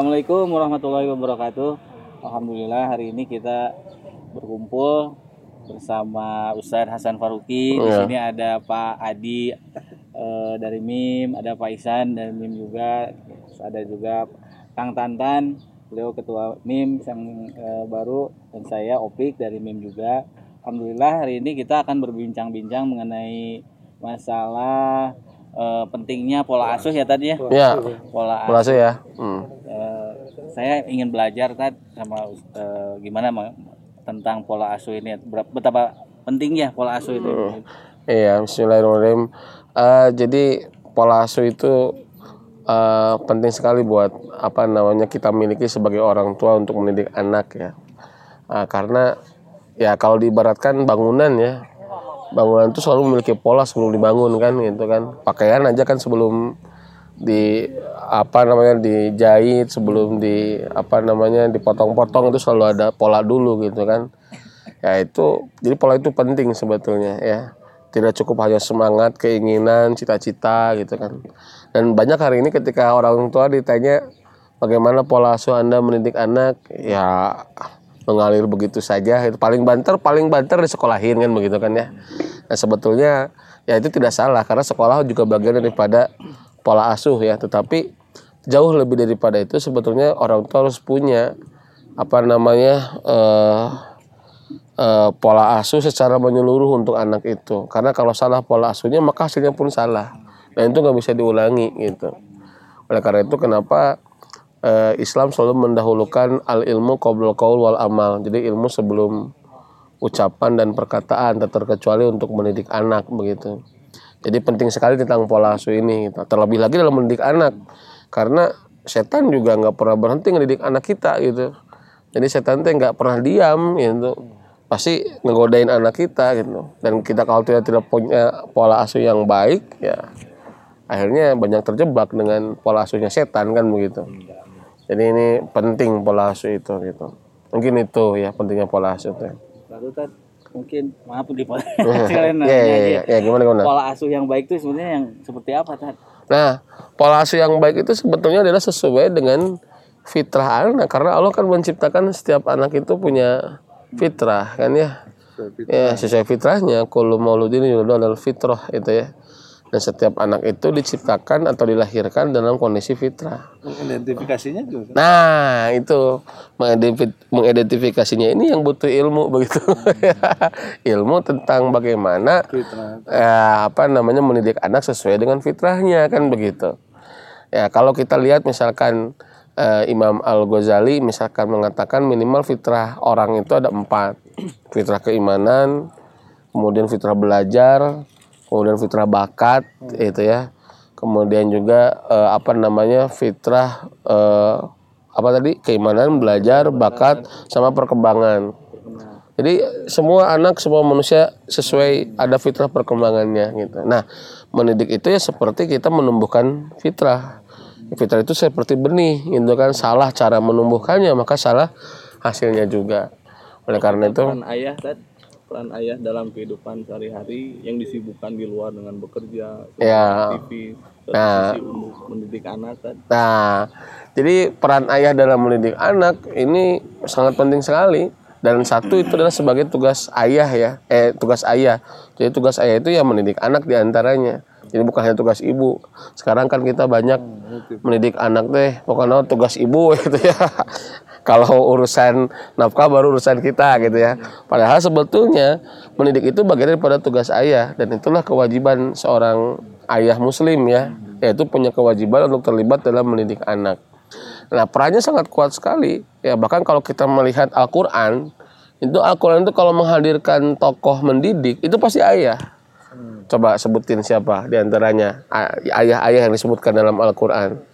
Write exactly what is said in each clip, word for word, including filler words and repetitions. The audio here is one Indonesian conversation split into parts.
Assalamualaikum warahmatullahi wabarakatuh. Alhamdulillah hari ini kita berkumpul bersama Ustadz Hasan Faruqi. Di sini ada Pak Adi eh, dari M I M, ada Pak Ihsan dari M I M juga, ada juga Kang Tantan, beliau ketua M I M yang eh, baru, dan saya Opik dari M I M juga. Alhamdulillah hari ini kita akan berbincang-bincang mengenai masalah Uh, pentingnya pola asuh ya tadi ya. Ya. Pola asuh, pola asuh ya. Hmm. Uh, saya ingin belajar tadi sama uh, gimana tentang pola asuh ini. Betapa pentingnya pola asuh ini. Hmm. Iya, bismillahirrahmanirrahim. Uh, jadi pola asuh itu uh, penting sekali buat apa namanya kita miliki sebagai orang tua untuk mendidik anak ya. Uh, karena ya kalau diibaratkan bangunan ya. Bangunan itu selalu memiliki pola sebelum dibangun kan gitu kan. Pakaian aja kan sebelum di apa namanya dijahit, sebelum di apa namanya dipotong-potong itu selalu ada pola dulu gitu kan. Ya itu jadi pola itu penting sebetulnya ya. Tidak cukup hanya semangat, keinginan, cita-cita gitu kan. Dan banyak hari ini ketika orang tua ditanya bagaimana pola asuh Anda mendidik anak, ya mengalir begitu saja. Itu paling banter paling banter disekolahin kan begitu kan ya. Nah sebetulnya ya itu tidak salah karena sekolah juga bagian daripada pola asuh ya, tetapi jauh lebih daripada itu sebetulnya orang tua harus punya apa namanya eh, eh, pola asuh secara menyeluruh untuk anak itu. Karena kalau salah pola asuhnya maka hasilnya pun salah dan itu nggak bisa diulangi gitu. Oleh karena itu kenapa Islam selalu mendahulukan al-ilmu qoblal qaul wal amal. Jadi ilmu sebelum ucapan dan perkataan, tak terkecuali untuk mendidik anak begitu. Jadi penting sekali tentang pola asuh ini gitu. Terlebih lagi dalam mendidik anak. Karena setan juga nggak pernah berhenti mendidik anak kita gitu. Jadi setan tuh nggak pernah diam gitu. Pasti ngegodain anak kita gitu. Dan kita kalau tidak tidak punya pola asuh yang baik ya akhirnya banyak terjebak dengan pola asuhnya setan kan begitu. Jadi ini penting pola asuh itu gitu. Mungkin itu ya pentingnya pola asuh itu. Lalu kan mungkin maaf di pola sekalian ya, ya, ya, ya, gimana, gimana? Pola asuh yang baik itu sebenarnya yang seperti apa Tad? Nah, pola asuh yang baik itu sebetulnya adalah sesuai dengan fitrah anak, karena Allah kan menciptakan setiap anak itu punya fitrah kan ya. Ya, sesuai fitrahnya, kullu mauludin yuladu alal fitrah itu ya. Dan setiap anak itu diciptakan atau dilahirkan dalam kondisi fitrah. Mengidentifikasinya juga. Nah, itu mengidentifikasinya ini yang butuh ilmu begitu. Ilmu tentang bagaimana eh, apa namanya mendidik anak sesuai dengan fitrahnya kan begitu. Ya, kalau kita lihat misalkan eh, Imam Al-Ghazali misalkan mengatakan minimal fitrah orang itu ada empat. Fitrah keimanan, kemudian fitrah belajar, kemudian fitrah bakat itu ya, kemudian juga eh, apa namanya fitrah eh, apa tadi keimanan, belajar, bakat, sama perkembangan. Jadi semua anak, semua manusia sesuai ada fitrah perkembangannya gitu. Nah mendidik itu ya seperti kita menumbuhkan fitrah. Fitrah itu seperti benih gitu kan, salah cara menumbuhkannya maka salah hasilnya juga. Oleh karena itu peran ayah Tad, peran ayah dalam kehidupan sehari-hari yang disibukkan di luar dengan bekerja, ya. T V, nah, untuk mendidik anak kan. Nah, jadi peran ayah dalam mendidik anak ini sangat penting sekali. Dan satu itu adalah sebagai tugas ayah ya, eh tugas ayah. Jadi tugas ayah itu ya mendidik anak diantaranya. Jadi bukan hanya tugas ibu. Sekarang kan kita banyak mendidik anak deh, pokoknya tugas ibu gitu ya. Kalau urusan nafkah baru urusan kita gitu ya. Padahal sebetulnya mendidik itu bagian daripada tugas ayah. Dan itulah kewajiban seorang ayah muslim ya. Yaitu punya kewajiban untuk terlibat dalam mendidik anak. Nah perannya sangat kuat sekali. Ya bahkan kalau kita melihat Al-Quran. Itu Al-Quran itu kalau menghadirkan tokoh mendidik itu pasti ayah. Coba sebutin siapa diantaranya ayah-ayah yang disebutkan dalam Al-Quran.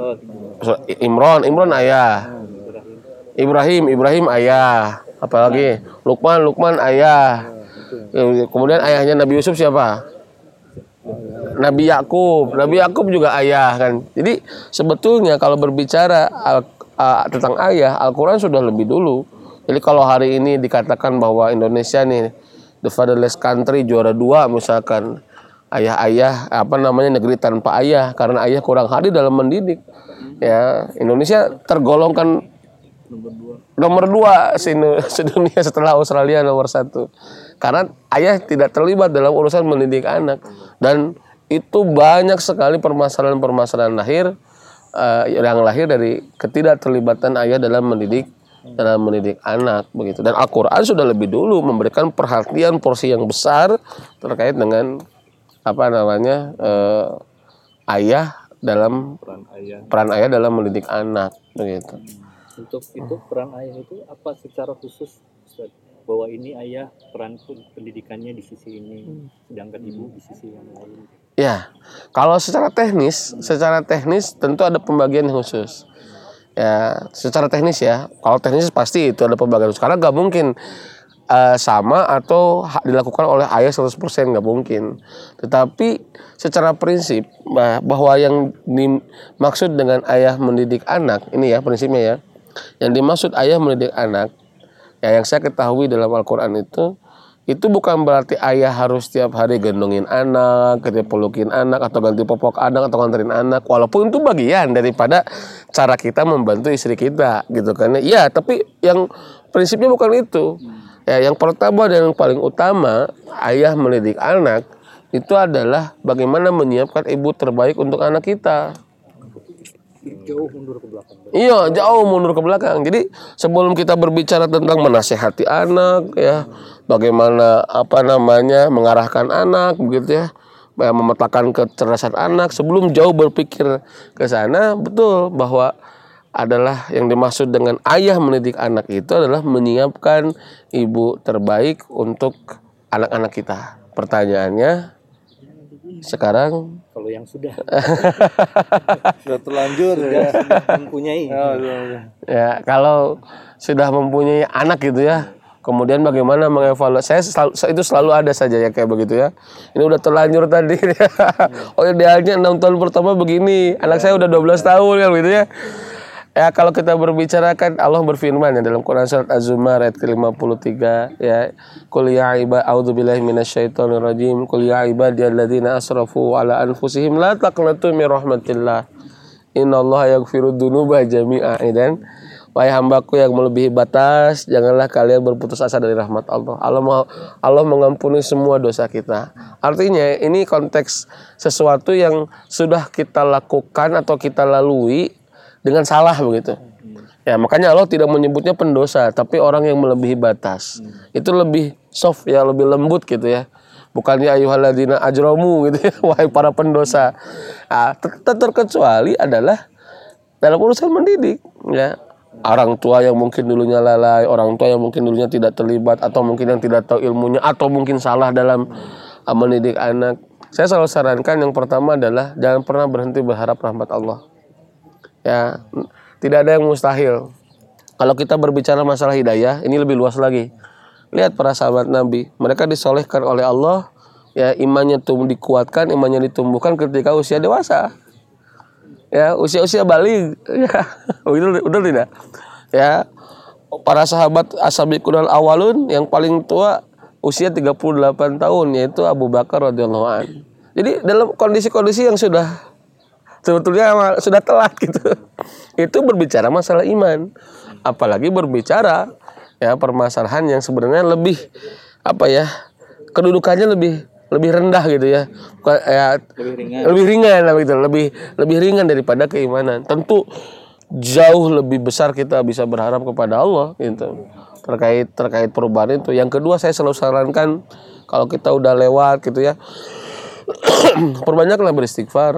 Imran, Imran ayah. Ibrahim, Ibrahim ayah. Apalagi Luqman, Luqman ayah. Kemudian ayahnya Nabi Yusuf siapa? Nabi Yakub, Nabi Yakub juga ayah kan. Jadi sebetulnya kalau berbicara al, uh, tentang ayah, Al-Quran sudah lebih dulu. Jadi kalau hari ini dikatakan bahwa Indonesia nih the fatherless country juara dua misalkan, ayah-ayah apa namanya negeri tanpa ayah karena ayah kurang hadir dalam mendidik. Ya, Indonesia tergolongkan Nomor dua. nomor dua sedunia setelah Australia nomor satu karena ayah tidak terlibat dalam urusan mendidik anak dan itu banyak sekali permasalahan-permasalahan lahir uh, yang lahir dari ketidakterlibatan ayah dalam mendidik dalam mendidik anak begitu dan Al-Quran sudah lebih dulu memberikan perhatian porsi yang besar terkait dengan apa namanya uh, ayah dalam Peran ayah. peran ayah dalam mendidik anak begitu. Untuk itu peran ayah itu apa secara khusus Ustaz? Bahwa ini ayah peran pendidikannya di sisi ini, sedangkan ibu di sisi yang lain. Ya, kalau secara teknis, secara teknis tentu ada pembagian khusus. Ya, secara teknis ya. Kalau teknis pasti itu ada pembagian khusus. Karena nggak mungkin uh, sama atau dilakukan oleh ayah seratus persen nggak mungkin. Tetapi secara prinsip bahwa yang dimaksud dengan ayah mendidik anak ini ya prinsipnya ya. Yang dimaksud ayah mendidik anak, ya yang saya ketahui dalam Al-Quran itu, itu bukan berarti ayah harus setiap hari gendongin anak, ketika pelukin anak, atau ganti popok anak, atau nganterin anak. Walaupun itu bagian daripada cara kita membantu istri kita, gitu kan? Ya, tapi yang prinsipnya bukan itu. Ya, yang pertama dan yang paling utama, ayah mendidik anak itu adalah bagaimana menyiapkan ibu terbaik untuk anak kita. Jauh mundur ke belakang. Iya, jauh mundur ke belakang. Jadi sebelum kita berbicara tentang menasehati anak, ya, bagaimana apa namanya mengarahkan anak, begitu ya, memetakan kecerdasan anak. Sebelum jauh berpikir ke sana, betul bahwa adalah yang dimaksud dengan ayah mendidik anak itu adalah menyiapkan ibu terbaik untuk anak-anak kita. Pertanyaannya sekarang kalau yang sudah Sudah terlanjur sudah, ya. sudah mempunyai Oh, iya, iya. ya kalau sudah mempunyai anak gitu ya, kemudian bagaimana mengevaluasi? Saya selalu, itu selalu ada saja ya kayak begitu ya. Ini udah terlanjur tadi. Oh idealnya enam tahun pertama begini, anak saya udah dua belas tahun ya gitu ya. Ya kalau kita berbicara kan Allah berfirman ya dalam Quran surat Az-Zumar ayat ke lima puluh tiga ya, qul ya ibad a'udzubillahi minasyaitonir rajim, qul ya ibadiyalladzina asrafu ala anfusihim la taqnatu min rahmatillah innallaha yaghfirud dzunuba jami'a. Dan wahai hambaku yang melebihi batas, janganlah kalian berputus asa dari rahmat Allah. Allah mau Allah mengampuni semua dosa kita. Artinya ini konteks sesuatu yang sudah kita lakukan atau kita lalui dengan salah begitu. Ya, makanya Allah tidak menyebutnya pendosa, tapi orang yang melebihi batas. Itu lebih soft ya, lebih lembut gitu ya. Bukannya ayyuhalladzina ajramu gitu ya, wahai para pendosa. Nah, ter- terkecuali adalah dalam urusan mendidik ya. Orang tua yang mungkin dulunya lalai, orang tua yang mungkin dulunya tidak terlibat atau mungkin yang tidak tahu ilmunya atau mungkin salah dalam uh, mendidik anak. Saya selalu sarankan yang pertama adalah jangan pernah berhenti berharap rahmat Allah. Ya, tidak ada yang mustahil. Kalau kita berbicara masalah hidayah, ini lebih luas lagi. Lihat para sahabat Nabi, mereka disolehkan oleh Allah, ya imannya tumbuh dikuatkan, imannya ditumbuhkan ketika usia dewasa. Ya, usia-usia balik, ya, betul, betul tidak? Ya, para sahabat as-sabiqunal awalun yang paling tua usia tiga puluh delapan tahun, yaitu Abu Bakar radhiyallahu anhu. Jadi dalam kondisi-kondisi yang sudah sebetulnya sudah telat gitu. Itu berbicara masalah iman. Apalagi berbicara ya permasalahan yang sebenarnya lebih apa ya? Kedudukannya lebih lebih rendah gitu ya. Bukan, ya Lebih ringan. lebih ringan lah gitu, lebih lebih ringan daripada keimanan. Tentu jauh lebih besar kita bisa berharap kepada Allah gitu. Terkait terkait perubahan itu. Yang kedua saya selalu sarankan kalau kita udah lewat gitu ya. Perbanyaklah beristighfar.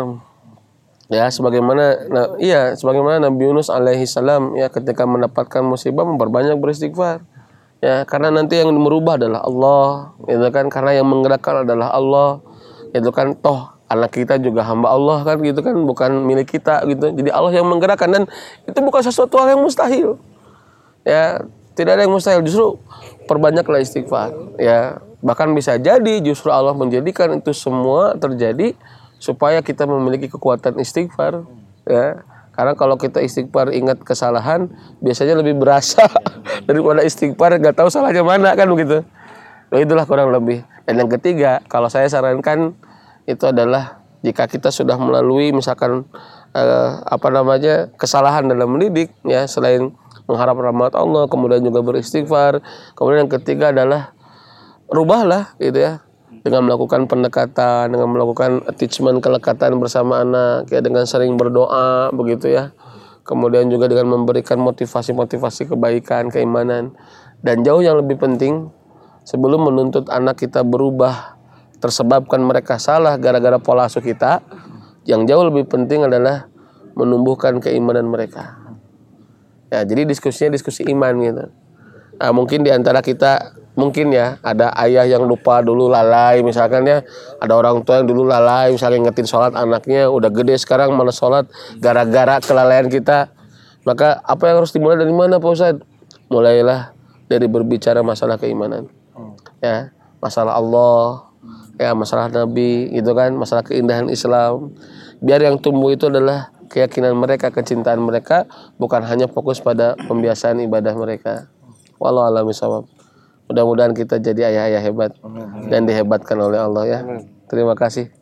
Ya, sebagaimana nah, iya, sebagaimana Nabi Yunus alaihi salam ya ketika mendapatkan musibah memperbanyak beristighfar. Ya, karena nanti yang merubah adalah Allah, itu kan karena yang menggerakkan adalah Allah. Itu kan toh anak kita juga hamba Allah kan gitu kan, bukan milik kita gitu. Jadi Allah yang menggerakkan dan itu bukan sesuatu hal yang mustahil. Ya, tidak ada yang mustahil, justru perbanyaklah istighfar. Ya, bahkan bisa jadi justru Allah menjadikan itu semua terjadi supaya kita memiliki kekuatan istighfar ya. Karena kalau kita istighfar ingat kesalahan biasanya lebih berasa daripada istighfar nggak tahu salahnya mana kan begitu. Nah, itulah kurang lebih. Dan yang ketiga, kalau saya sarankan itu adalah jika kita sudah melalui misalkan eh, apa namanya kesalahan dalam mendidik ya, selain mengharap rahmat Allah, kemudian juga beristighfar, kemudian yang ketiga adalah rubahlah gitu ya, dengan melakukan pendekatan, dengan melakukan attachment, kelekatan bersama anak ya, dengan sering berdoa begitu ya, kemudian juga dengan memberikan motivasi-motivasi kebaikan, keimanan, dan jauh yang lebih penting sebelum menuntut anak kita berubah tersebabkan mereka salah gara-gara pola asuh kita, yang jauh lebih penting adalah menumbuhkan keimanan mereka ya. Jadi diskusinya diskusi iman gitu. Nah, mungkin diantara kita mungkin ya ada ayah yang lupa dulu lalai misalkan ya, ada orang tua yang dulu lalai misalnya ngetin sholat anaknya, udah gede sekarang malah sholat gara-gara kelalaian kita. Maka apa yang harus dimulai dari mana Pak Ustadz? Mulailah dari berbicara masalah keimanan ya, masalah Allah ya, masalah Nabi gitu kan, masalah keindahan Islam. Biar yang tumbuh itu adalah keyakinan mereka, kecintaan mereka, bukan hanya fokus pada pembiasaan ibadah mereka. Wallahu a'lam bishawab. Mudah-mudahan kita jadi ayah-ayah hebat dan dihebatkan oleh Allah ya. Terima kasih.